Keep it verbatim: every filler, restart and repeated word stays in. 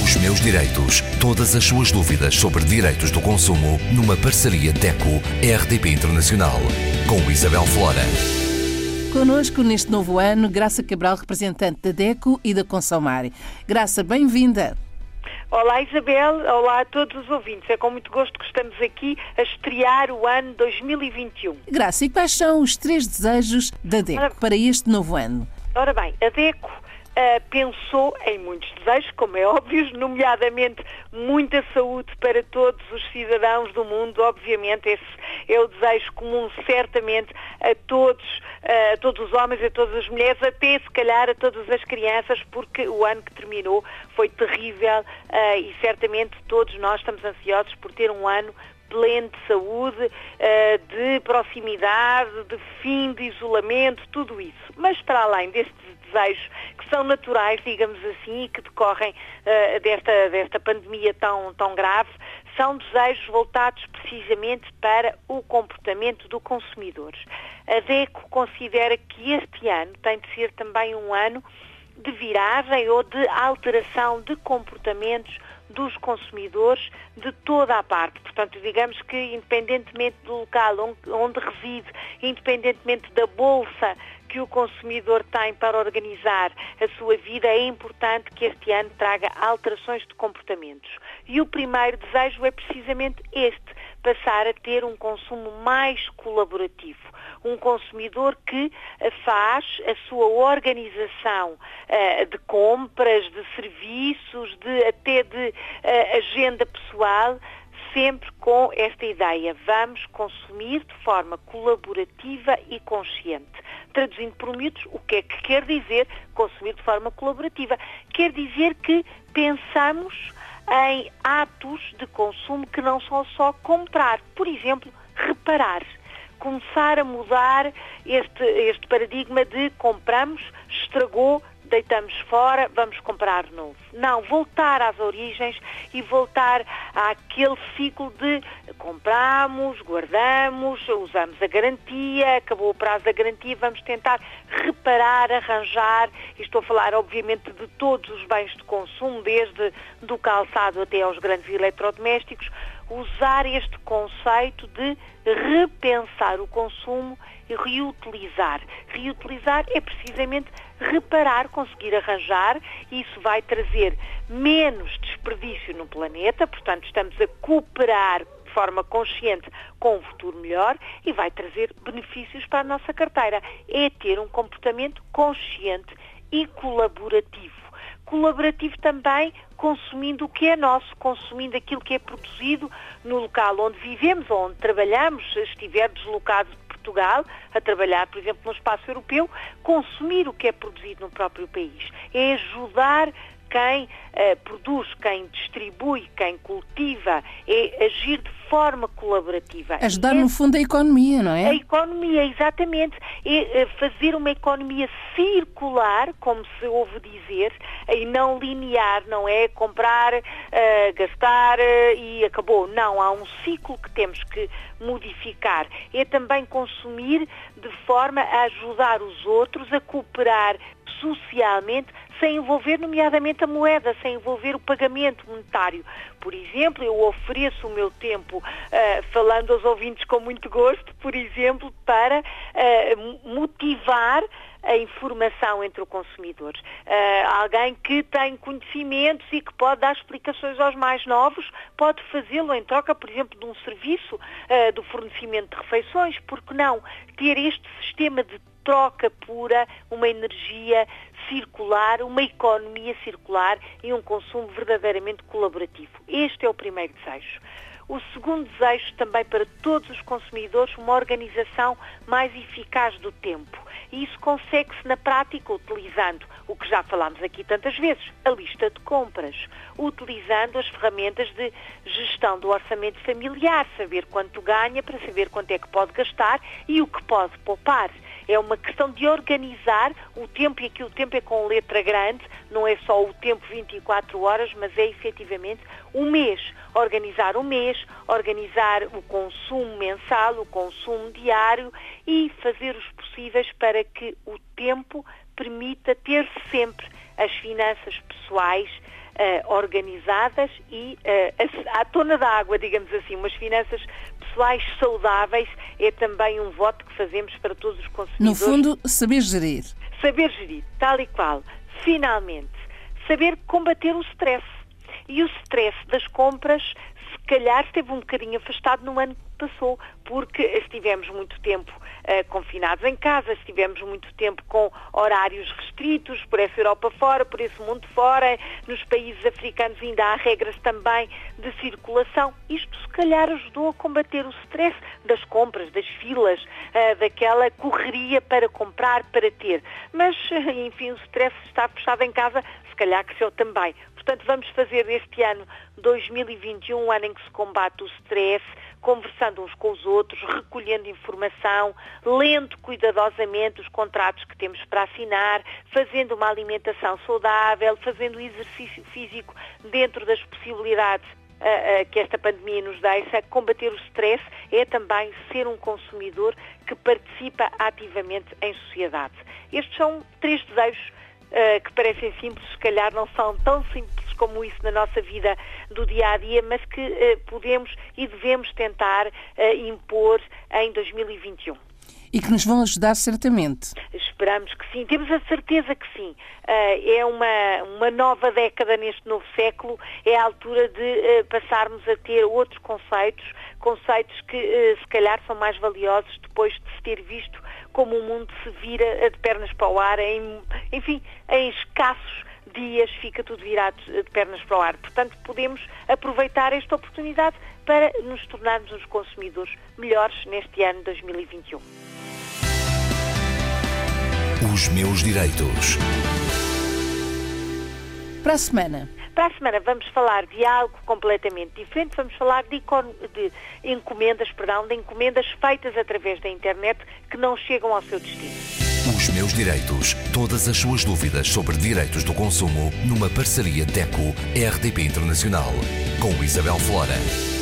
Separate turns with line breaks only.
Os meus direitos. Todas as suas dúvidas sobre direitos do consumo numa parceria DECO-R D P Internacional. Com Isabel Flora.
Conosco neste novo ano, Graça Cabral, representante da DECO e da Consomar. Graça, bem-vinda.
Olá Isabel, olá a todos os ouvintes. É com muito gosto que estamos aqui a estrear o ano dois mil e vinte e um.
Graça, e quais são os três desejos da DECO ora, para este novo ano?
Ora bem, a DECO uh, pensou em muitos desejos, como é óbvio, nomeadamente muita saúde para todos os cidadãos do mundo. Obviamente esse é o desejo comum certamente a todos, a todos os homens, a todas as mulheres, até se calhar a todas as crianças, porque o ano que terminou foi terrível uh, e certamente todos nós estamos ansiosos por ter um ano pleno de saúde, uh, de proximidade, de fim de isolamento, tudo isso. Mas para além destes desejos que são naturais, digamos assim, e que decorrem uh, desta, desta pandemia tão, tão grave, são desejos voltados precisamente para o comportamento do consumidor. A DECO considera que este ano tem de ser também um ano de viragem ou de alteração de comportamentos dos consumidores de toda a parte. Portanto, digamos que independentemente do local onde, onde reside, independentemente da bolsa que o consumidor tem para organizar a sua vida, é importante que este ano traga alterações de comportamentos. E o primeiro desejo é precisamente este, passar a ter um consumo mais colaborativo. Um consumidor que faz a sua organização uh, de compras, de serviços, de, até de uh, agenda pessoal, sempre com esta ideia: vamos consumir de forma colaborativa e consciente. Traduzindo por miúdos, o que é que quer dizer consumir de forma colaborativa? Quer dizer que pensamos em atos de consumo que não são só comprar. Por exemplo, reparar. Começar a mudar este, este paradigma de compramos, estragou, deitamos fora, vamos comprar novo. Não, voltar às origens e voltar àquele ciclo de compramos, guardamos, usamos a garantia, acabou o prazo da garantia, vamos tentar reparar, arranjar, e estou a falar obviamente de todos os bens de consumo, desde do calçado até aos grandes eletrodomésticos, usar este conceito de repensar o consumo e reutilizar. Reutilizar é precisamente reparar, conseguir arranjar, e isso vai trazer menos desperdício no planeta, portanto estamos a cooperar de forma consciente com um futuro melhor e vai trazer benefícios para a nossa carteira. É ter um comportamento consciente e colaborativo. Colaborativo também consumindo o que é nosso, consumindo aquilo que é produzido no local onde vivemos ou onde trabalhamos, se estiver deslocado de Portugal a trabalhar, por exemplo, no espaço europeu, consumir o que é produzido no próprio país. É ajudar quem uh, produz, quem distribui, quem cultiva, é agir de forma colaborativa.
Ajudar,
é,
no fundo, a economia, não é?
A economia, exatamente. É uh, fazer uma economia circular, como se ouve dizer, e não linear, não é comprar, uh, gastar uh, e acabou. Não, há um ciclo que temos que modificar. É também consumir de forma a ajudar os outros a cooperar socialmente, sem envolver nomeadamente a moeda, sem envolver o pagamento monetário. Por exemplo, eu ofereço o meu tempo, uh, falando aos ouvintes com muito gosto, por exemplo, para uh, motivar a informação entre o consumidor. Uh, alguém que tem conhecimentos e que pode dar explicações aos mais novos, pode fazê-lo em troca, por exemplo, de um serviço uh, do fornecimento de refeições. Porque não ter este sistema de troca pura, uma energia circular, uma economia circular e um consumo verdadeiramente colaborativo? Este é o primeiro desejo. O segundo desejo, também para todos os consumidores, uma organização mais eficaz do tempo. E isso consegue-se na prática utilizando o que já falámos aqui tantas vezes, a lista de compras, utilizando as ferramentas de gestão do orçamento familiar, saber quanto ganha para saber quanto é que pode gastar e o que pode poupar. É uma questão de organizar o tempo, e aqui o tempo é com letra grande, não é só o tempo vinte e quatro horas, mas é efetivamente o mês. Organizar o mês, organizar o consumo mensal, o consumo diário e fazer os possíveis para que o tempo permita ter sempre as finanças pessoais uh, organizadas e uh, à tona da água, digamos assim, umas finanças pessoais saudáveis é também um voto que fazemos para todos os consumidores.
No fundo, saber gerir.
Saber gerir, tal e qual. Finalmente, saber combater o stress. E o stress das compras, se calhar, esteve um bocadinho afastado no ano que passou, porque estivemos muito tempo uh, confinados em casa, estivemos muito tempo com horários restritos, por essa Europa fora, por esse mundo fora, nos países africanos ainda há regras também de circulação. Isto, se calhar, ajudou a combater o stress das compras, das filas, uh, daquela correria para comprar, para ter. Mas, enfim, o stress está fechado em casa, se calhar cresceu também. Portanto, vamos fazer deste ano dois mil e vinte e um um ano em que se combate o stress, conversando uns com os outros, recolhendo informação, lendo cuidadosamente os contratos que temos para assinar, fazendo uma alimentação saudável, fazendo exercício físico dentro das possibilidades uh, uh, que esta pandemia nos deixa. Combater o stress é também ser um consumidor que participa ativamente em sociedade. Estes são três desejos Uh, que parecem simples, se calhar não são tão simples como isso na nossa vida do dia-a-dia, mas que uh, podemos e devemos tentar uh, impor em dois mil e vinte e um.
E que nos vão ajudar certamente.
Esperamos que sim, temos a certeza que sim. Uh, é uma, uma nova década neste novo século, é a altura de uh, passarmos a ter outros conceitos, conceitos que uh, se calhar são mais valiosos depois de se ter visto como o mundo se vira de pernas para o ar, em, enfim, em escassos dias fica tudo virado de pernas para o ar. Portanto, podemos aproveitar esta oportunidade para nos tornarmos uns consumidores melhores neste ano dois mil e vinte e um.
Os meus direitos.
Para a semana.
Para a semana vamos falar de algo completamente diferente, vamos falar de, de encomendas, perdão, de encomendas feitas através da internet que não chegam ao seu destino.
Os meus direitos. Todas as suas dúvidas sobre direitos do consumo numa parceria DECO-R D P Internacional com Isabel Flora.